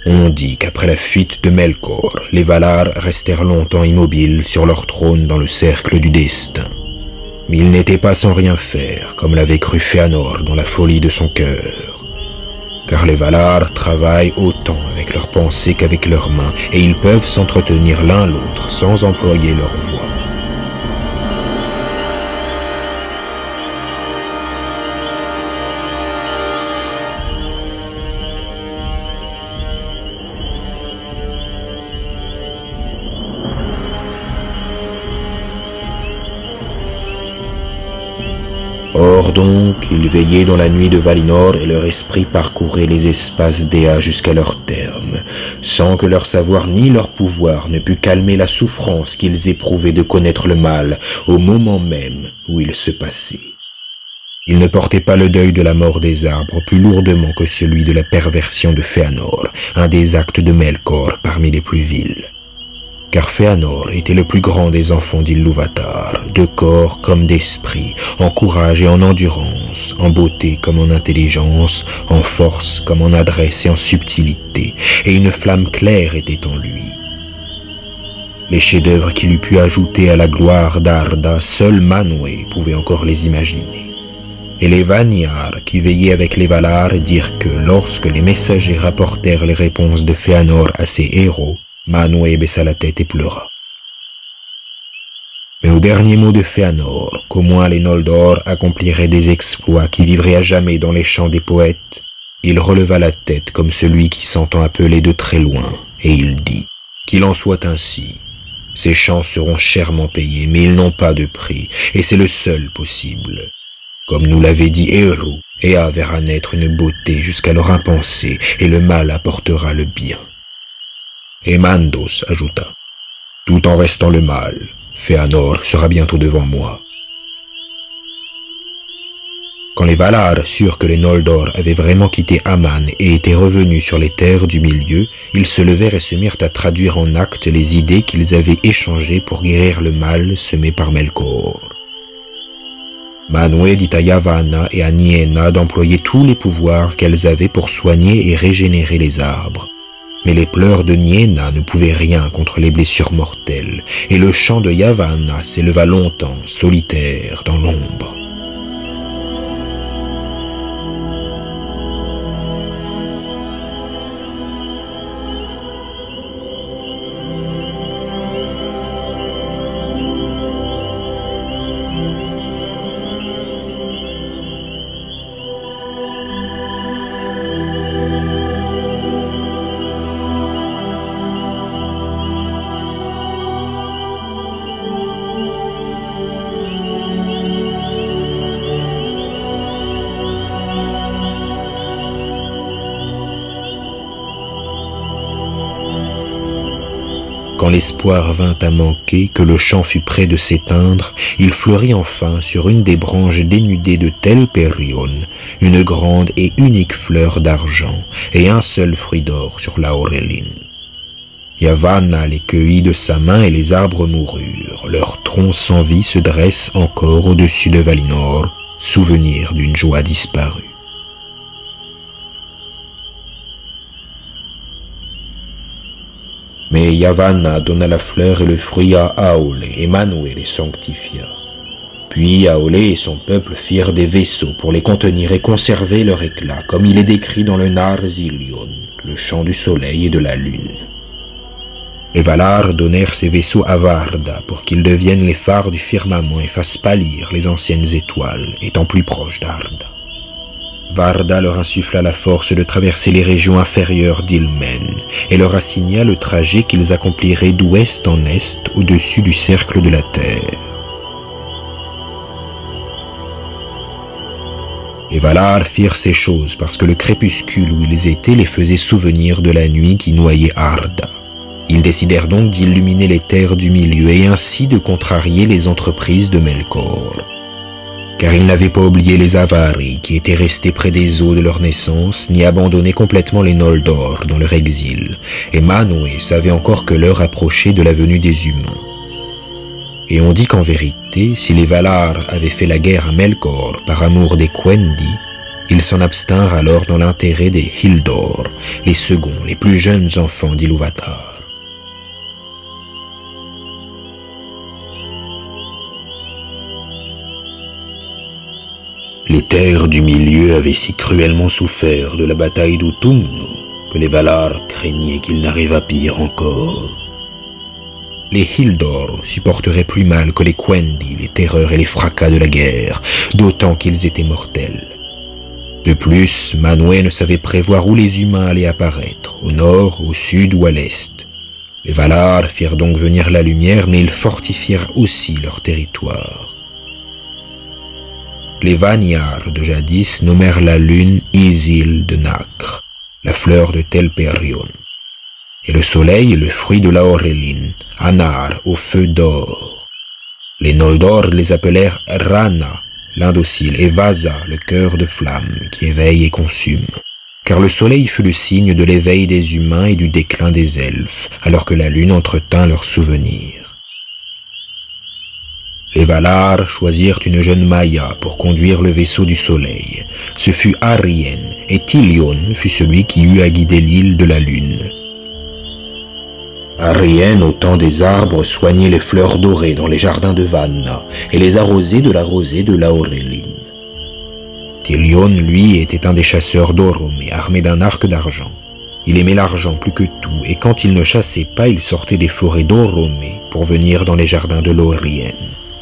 On dit qu'après la fuite de Melkor, les Valar restèrent longtemps immobiles sur leur trône dans le cercle du destin. Mais ils n'étaient pas sans rien faire, comme l'avait cru Fëanor dans la folie de son cœur. Car les Valar travaillent autant avec leurs pensées qu'avec leurs mains, et ils peuvent s'entretenir l'un l'autre sans employer leur voix. Or donc, ils veillaient dans la nuit de Valinor et leur esprit parcourait les espaces d'Ea jusqu'à leur terme, sans que leur savoir ni leur pouvoir ne pût calmer la souffrance qu'ils éprouvaient de connaître le mal au moment même où il se passait. Ils ne portaient pas le deuil de la mort des arbres plus lourdement que celui de la perversion de Fëanor, un des actes de Melkor parmi les plus vils. Car Fëanor était le plus grand des enfants d'Ilúvatar, de corps comme d'esprit, en courage et en endurance, en beauté comme en intelligence, en force comme en adresse et en subtilité, et une flamme claire était en lui. Les chefs-d'œuvre qu'il eût pu ajouter à la gloire d'Arda, seul Manwë pouvait encore les imaginer. Et les Vanyar qui veillaient avec les Valar dirent que lorsque les messagers rapportèrent les réponses de Fëanor à ses héros, Manwë baissa la tête et pleura. Mais au dernier mot de Fëanor, qu'au moins les Noldor accompliraient des exploits qui vivraient à jamais dans les chants des poètes, il releva la tête comme celui qui s'entend appeler de très loin, et il dit « Qu'il en soit ainsi. Ces chants seront chèrement payés, mais ils n'ont pas de prix, et c'est le seul possible. Comme nous l'avait dit Eru, Ea verra naître une beauté jusqu'alors impensée, et le mal apportera le bien. » Et Mandos ajouta, « Tout en restant le mal, Fëanor sera bientôt devant moi. » Quand les Valar surent que les Noldor avaient vraiment quitté Aman et étaient revenus sur les terres du milieu, ils se levèrent et se mirent à traduire en actes les idées qu'ils avaient échangées pour guérir le mal semé par Melkor. Manwë dit à Yavanna et à Nienna d'employer tous les pouvoirs qu'elles avaient pour soigner et régénérer les arbres. Mais les pleurs de Nienna ne pouvaient rien contre les blessures mortelles, et le chant de Yavanna s'éleva longtemps, solitaire, dans l'ombre. Quand l'espoir vint à manquer, que le champ fut près de s'éteindre, il fleurit enfin sur une des branches dénudées de Telperion, une grande et unique fleur d'argent, et un seul fruit d'or sur Laurelin. Yavanna les cueillit de sa main et les arbres moururent, leurs troncs sans vie se dressent encore au-dessus de Valinor, souvenir d'une joie disparue. Mais Yavanna donna la fleur et le fruit à Aolë, et Manwë les sanctifia. Puis Aolë et son peuple firent des vaisseaux pour les contenir et conserver leur éclat, comme il est décrit dans le Narzilion, le chant du soleil et de la lune. Les Valar donnèrent ces vaisseaux à Varda pour qu'ils deviennent les phares du firmament et fassent pâlir les anciennes étoiles, étant plus proches d'Arda. Varda leur insuffla la force de traverser les régions inférieures d'Ilmen et leur assigna le trajet qu'ils accompliraient d'ouest en est au-dessus du cercle de la terre. Les Valar firent ces choses parce que le crépuscule où ils étaient les faisait souvenir de la nuit qui noyait Arda. Ils décidèrent donc d'illuminer les terres du milieu et ainsi de contrarier les entreprises de Melkor. Car ils n'avaient pas oublié les Avari qui étaient restés près des eaux de leur naissance, ni abandonné complètement les Noldor dans leur exil, et Manwë savait encore que l'heure approchait de la venue des humains. Et on dit qu'en vérité, si les Valar avaient fait la guerre à Melkor par amour des Quendi, Ils s'en abstinrent alors dans l'intérêt des Hildor, les seconds, les plus jeunes enfants d'Ilúvatar. Les terres du milieu avaient si cruellement souffert de la bataille d'Utumno que les Valar craignaient qu'il n'arrivât pire encore. Les Hildor supporteraient plus mal que les Quendi les terreurs et les fracas de la guerre, d'autant qu'ils étaient mortels. De plus, Manwë ne savait prévoir où les humains allaient apparaître, au nord, au sud ou à l'est. Les Valar firent donc venir la lumière, mais ils fortifièrent aussi leur territoire. Les Vanyar de jadis nommèrent la lune Isil de Nacre, la fleur de Telperion, et le soleil le fruit de Laorelin, Anar au feu d'or. Les Noldor les appelèrent Rana, l'indocile, et Vasa, le cœur de flamme, qui éveille et consume. Car le soleil fut le signe de l'éveil des humains et du déclin des elfes, alors que la lune entretint leurs souvenirs. Les Valar choisirent une jeune Maia pour conduire le vaisseau du soleil. Ce fut Arien, et Tilion fut celui qui eut à guider l'île de la lune. Arien, au temps des arbres, soignait les fleurs dorées dans les jardins de Vanna et les arrosait de la rosée de Laorelin. Tilion, lui, était un des chasseurs d'Oromé, armé d'un arc d'argent. Il aimait l'argent plus que tout, et quand il ne chassait pas, il sortait des forêts d'Oromé pour venir dans les jardins de Lórien.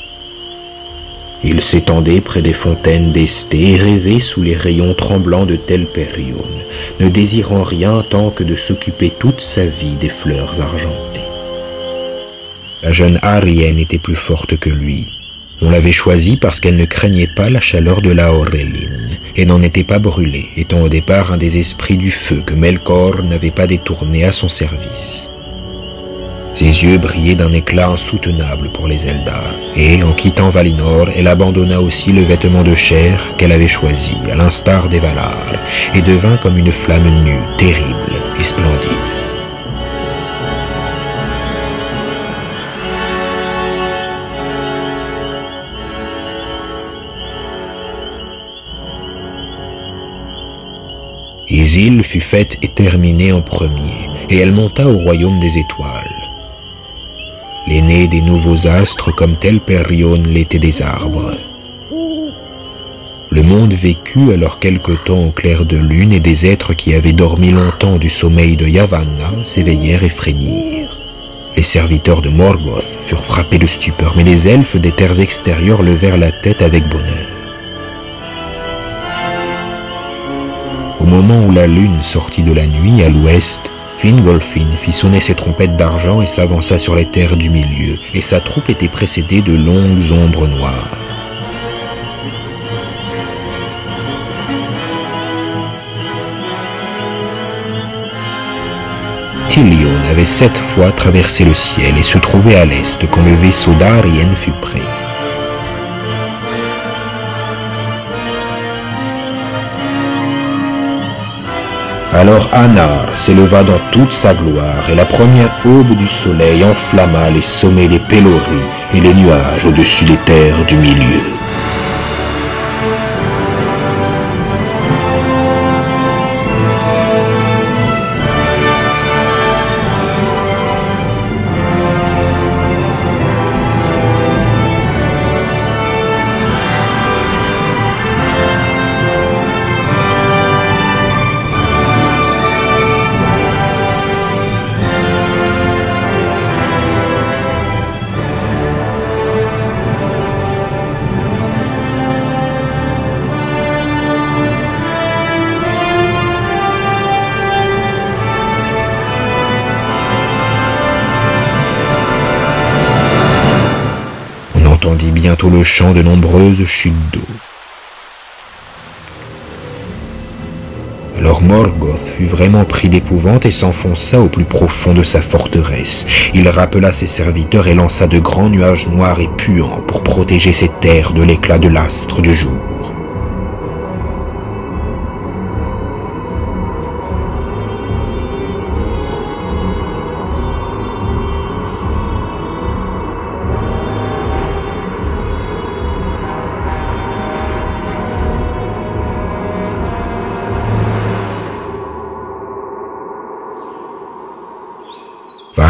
Il s'étendait près des fontaines d'Esté et rêvait sous les rayons tremblants de Telperion, ne désirant rien tant que de s'occuper toute sa vie des fleurs argentées. La jeune Arienne était plus forte que lui. On l'avait choisie parce qu'elle ne craignait pas la chaleur de Laorelin et n'en était pas brûlée, étant au départ un des esprits du feu que Melkor n'avait pas détourné à son service. Ses yeux brillaient d'un éclat insoutenable pour les Eldar, et en quittant Valinor, elle abandonna aussi le vêtement de chair qu'elle avait choisi, à l'instar des Valar, et devint comme une flamme nue, terrible et splendide. Isil fut faite et terminée en premier, et elle monta au royaume des étoiles. L'aîné des nouveaux astres comme Telperion l'était des arbres. Le monde vécut alors quelque temps au clair de lune et des êtres qui avaient dormi longtemps du sommeil de Yavanna s'éveillèrent et frémirent. Les serviteurs de Morgoth furent frappés de stupeur, mais les elfes des terres extérieures levèrent la tête avec bonheur. Au moment où la lune sortit de la nuit à l'ouest, Fingolfin fit sonner ses trompettes d'argent et s'avança sur les terres du milieu, et sa troupe était précédée de longues ombres noires. Tilion avait 7 fois traversé le ciel et se trouvait à l'est quand le vaisseau d'Arien fut prêt. Alors Anar s'éleva dans toute sa gloire, et la première aube du soleil enflamma les sommets des Pelori et les nuages au-dessus des terres du milieu. On entendit bientôt le chant de nombreuses chutes d'eau. Alors Morgoth fut vraiment pris d'épouvante et s'enfonça au plus profond de sa forteresse. Il rappela ses serviteurs et lança de grands nuages noirs et puants pour protéger ses terres de l'éclat de l'astre du jour.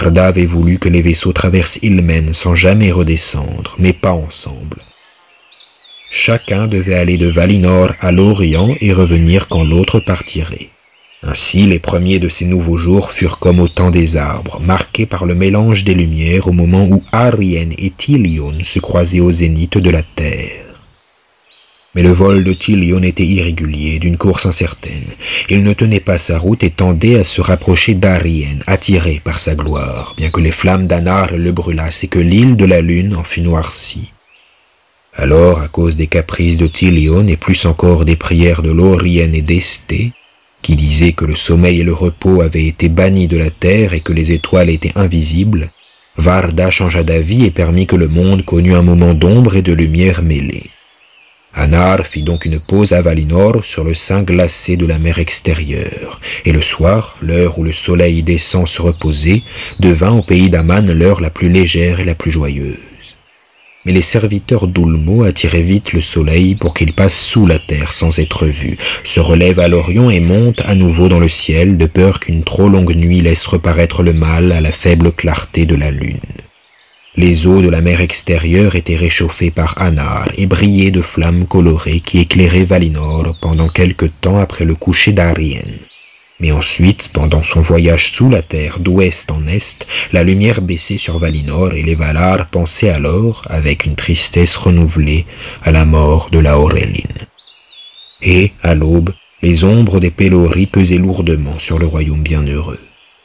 Varda avait voulu que les vaisseaux traversent Ilmen sans jamais redescendre, mais pas ensemble. Chacun devait aller de Valinor à l'Orient et revenir quand l'autre partirait. Ainsi, les premiers de ces nouveaux jours furent comme au temps des arbres, marqués par le mélange des lumières au moment où Arien et Tilion se croisaient au zénith de la terre. Mais le vol de Tilion était irrégulier, d'une course incertaine. Il ne tenait pas sa route et tendait à se rapprocher d'Arien, attiré par sa gloire, bien que les flammes d'Anar le brûlassent et que l'île de la lune en fût noircie. Alors, à cause des caprices de Tilion et plus encore des prières de Lorien et d'Esté, qui disaient que le sommeil et le repos avaient été bannis de la terre et que les étoiles étaient invisibles, Varda changea d'avis et permit que le monde connût un moment d'ombre et de lumière mêlée. Anar fit donc une pause à Valinor sur le sein glacé de la mer extérieure, et le soir, l'heure où le soleil descend se reposer, devint au pays d'Aman l'heure la plus légère et la plus joyeuse. Mais les serviteurs d'Ulmo attiraient vite le soleil pour qu'il passe sous la terre sans être vu, se relève à l'Orient et monte à nouveau dans le ciel de peur qu'une trop longue nuit laisse reparaître le mal à la faible clarté de la lune. Les eaux de la mer extérieure étaient réchauffées par Anar et brillaient de flammes colorées qui éclairaient Valinor pendant quelque temps après le coucher d'Arien. Mais ensuite, pendant son voyage sous la terre d'ouest en est, la lumière baissait sur Valinor et les Valar pensaient alors, avec une tristesse renouvelée, à la mort de la Aureline. Et, à l'aube, les ombres des Pelori pesaient lourdement sur le royaume bienheureux.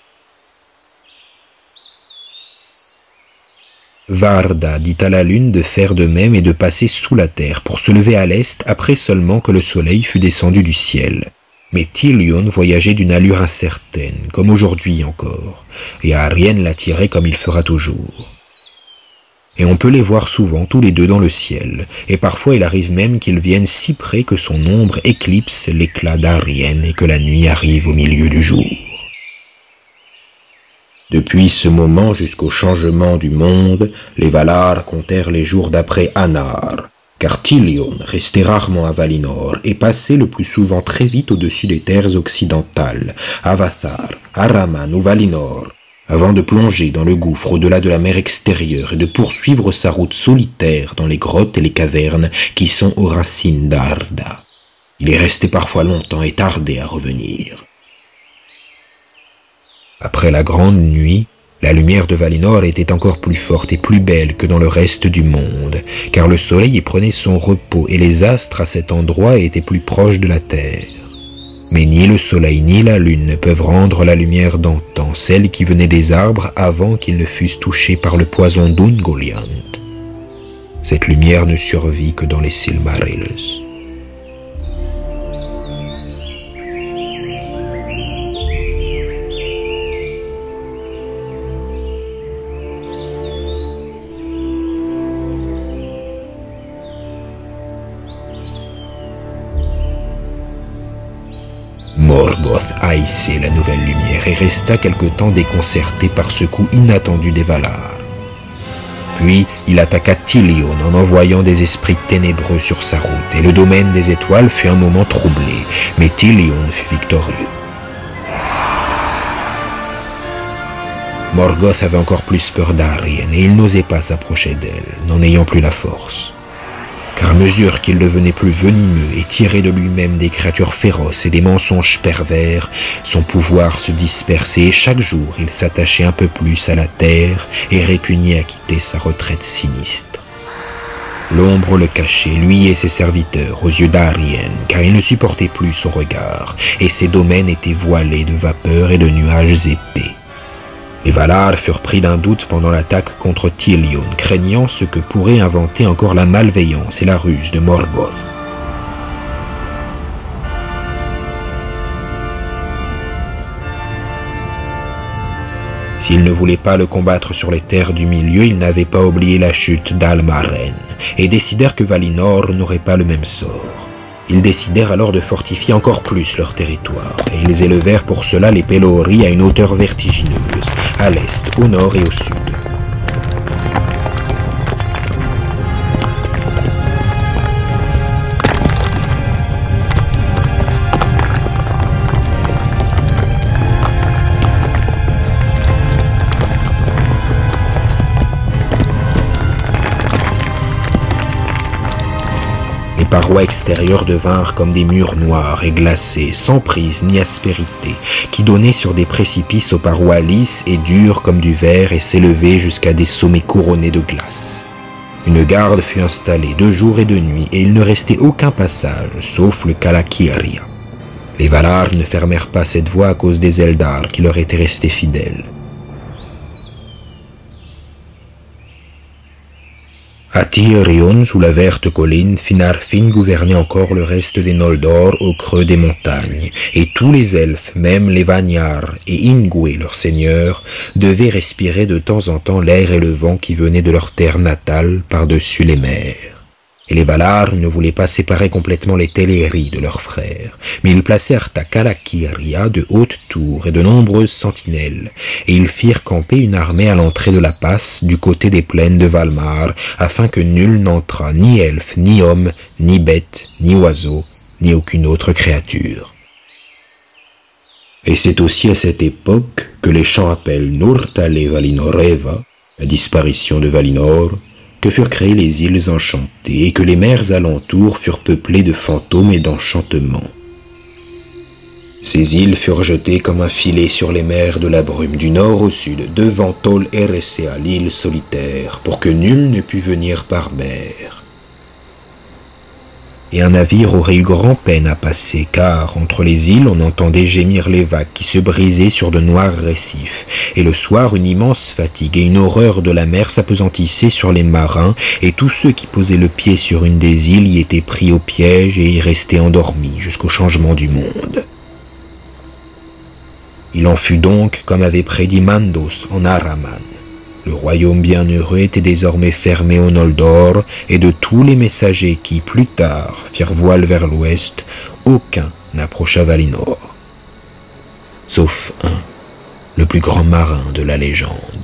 Varda dit à la lune de faire de même et de passer sous la terre pour se lever à l'est après seulement que le soleil fût descendu du ciel. Mais Tilion voyageait d'une allure incertaine, comme aujourd'hui encore, et Arien l'attirait comme il fera toujours. Et on peut les voir souvent tous les deux dans le ciel, et parfois il arrive même qu'ils viennent si près que son ombre éclipse l'éclat d'Arien et que la nuit arrive au milieu du jour. Depuis ce moment jusqu'au changement du monde, les Valar comptèrent les jours d'après Anar, car Tilion restait rarement à Valinor et passait le plus souvent très vite au-dessus des terres occidentales, Avathar, Araman ou Valinor, avant de plonger dans le gouffre au-delà de la mer extérieure et de poursuivre sa route solitaire dans les grottes et les cavernes qui sont aux racines d'Arda. Il est resté parfois longtemps et tardait à revenir. Après la grande nuit, la lumière de Valinor était encore plus forte et plus belle que dans le reste du monde, car le soleil y prenait son repos et les astres à cet endroit étaient plus proches de la terre. Mais ni le soleil ni la lune ne peuvent rendre la lumière d'antan, celle qui venait des arbres avant qu'ils ne fussent touchés par le poison d'Ungoliant. Cette lumière ne survit que dans les Silmarils. Morgoth haïssait la nouvelle lumière et resta quelque temps déconcerté par ce coup inattendu des Valar. Puis il attaqua Tilion en envoyant des esprits ténébreux sur sa route, et le domaine des étoiles fut un moment troublé, mais Tilion fut victorieux. Morgoth avait encore plus peur d'Arien et il n'osait pas s'approcher d'elle, n'en ayant plus la force. Car à mesure qu'il devenait plus venimeux et tirait de lui-même des créatures féroces et des mensonges pervers, son pouvoir se dispersait et chaque jour il s'attachait un peu plus à la terre et répugnait à quitter sa retraite sinistre. L'ombre le cachait, lui et ses serviteurs, aux yeux d'Arien, car il ne supportait plus son regard, et ses domaines étaient voilés de vapeurs et de nuages épais. Les Valar furent pris d'un doute pendant l'attaque contre Tilion, craignant ce que pourrait inventer encore la malveillance et la ruse de Morgoth. S'il ne voulait pas le combattre sur les terres du milieu, ils n'avaient pas oublié la chute d'Almaren, et décidèrent que Valinor n'aurait pas le même sort. Ils décidèrent alors de fortifier encore plus leur territoire, et ils élevèrent pour cela les Pelori à une hauteur vertigineuse, à l'est, au nord et au sud. parois extérieures devinrent comme des murs noirs et glacés, sans prise ni aspérité, qui donnaient sur des précipices aux parois lisses et dures comme du verre et s'élevaient jusqu'à des sommets couronnés de glace. Une garde fut installée de jour et de nuit, et il ne restait aucun passage, sauf le Kalakiria. Les Valar ne fermèrent pas cette voie à cause des Eldar qui leur étaient restés fidèles. À Tírion, sous la verte colline, Finarfin gouvernait encore le reste des Noldor au creux des montagnes, et tous les elfes, même les Vanyar et Ingwe, leur seigneur, devaient respirer de temps en temps l'air et le vent qui venaient de leur terre natale par-dessus les mers. Et les Valar ne voulaient pas séparer complètement les Teleri de leurs frères, mais ils placèrent à Kalakiria de hautes tours et de nombreuses sentinelles, et ils firent camper une armée à l'entrée de la passe du côté des plaines de Valmar, afin que nul n'entrât, ni elfe, ni homme, ni bête, ni oiseau, ni aucune autre créature. Et c'est aussi à cette époque que les chants appellent Nurtale Valinoreva, la disparition de Valinor, que furent créées les îles enchantées et que les mers alentours furent peuplées de fantômes et d'enchantements. Ces îles furent jetées comme un filet sur les mers de la brume du nord au sud, devant Tol Eressëa, l'île solitaire, pour que nul ne pût venir par mer. Et un navire aurait eu grand-peine à passer, car entre les îles on entendait gémir les vagues qui se brisaient sur de noirs récifs, et le soir une immense fatigue et une horreur de la mer s'appesantissaient sur les marins, et tous ceux qui posaient le pied sur une des îles y étaient pris au piège et y restaient endormis jusqu'au changement du monde. Il en fut donc comme avait prédit Mandos en Araman. Le royaume bienheureux était désormais fermé aux Noldor, et de tous les messagers qui, plus tard, firent voile vers l'ouest, aucun n'approcha Valinor. Sauf un, le plus grand marin de la légende.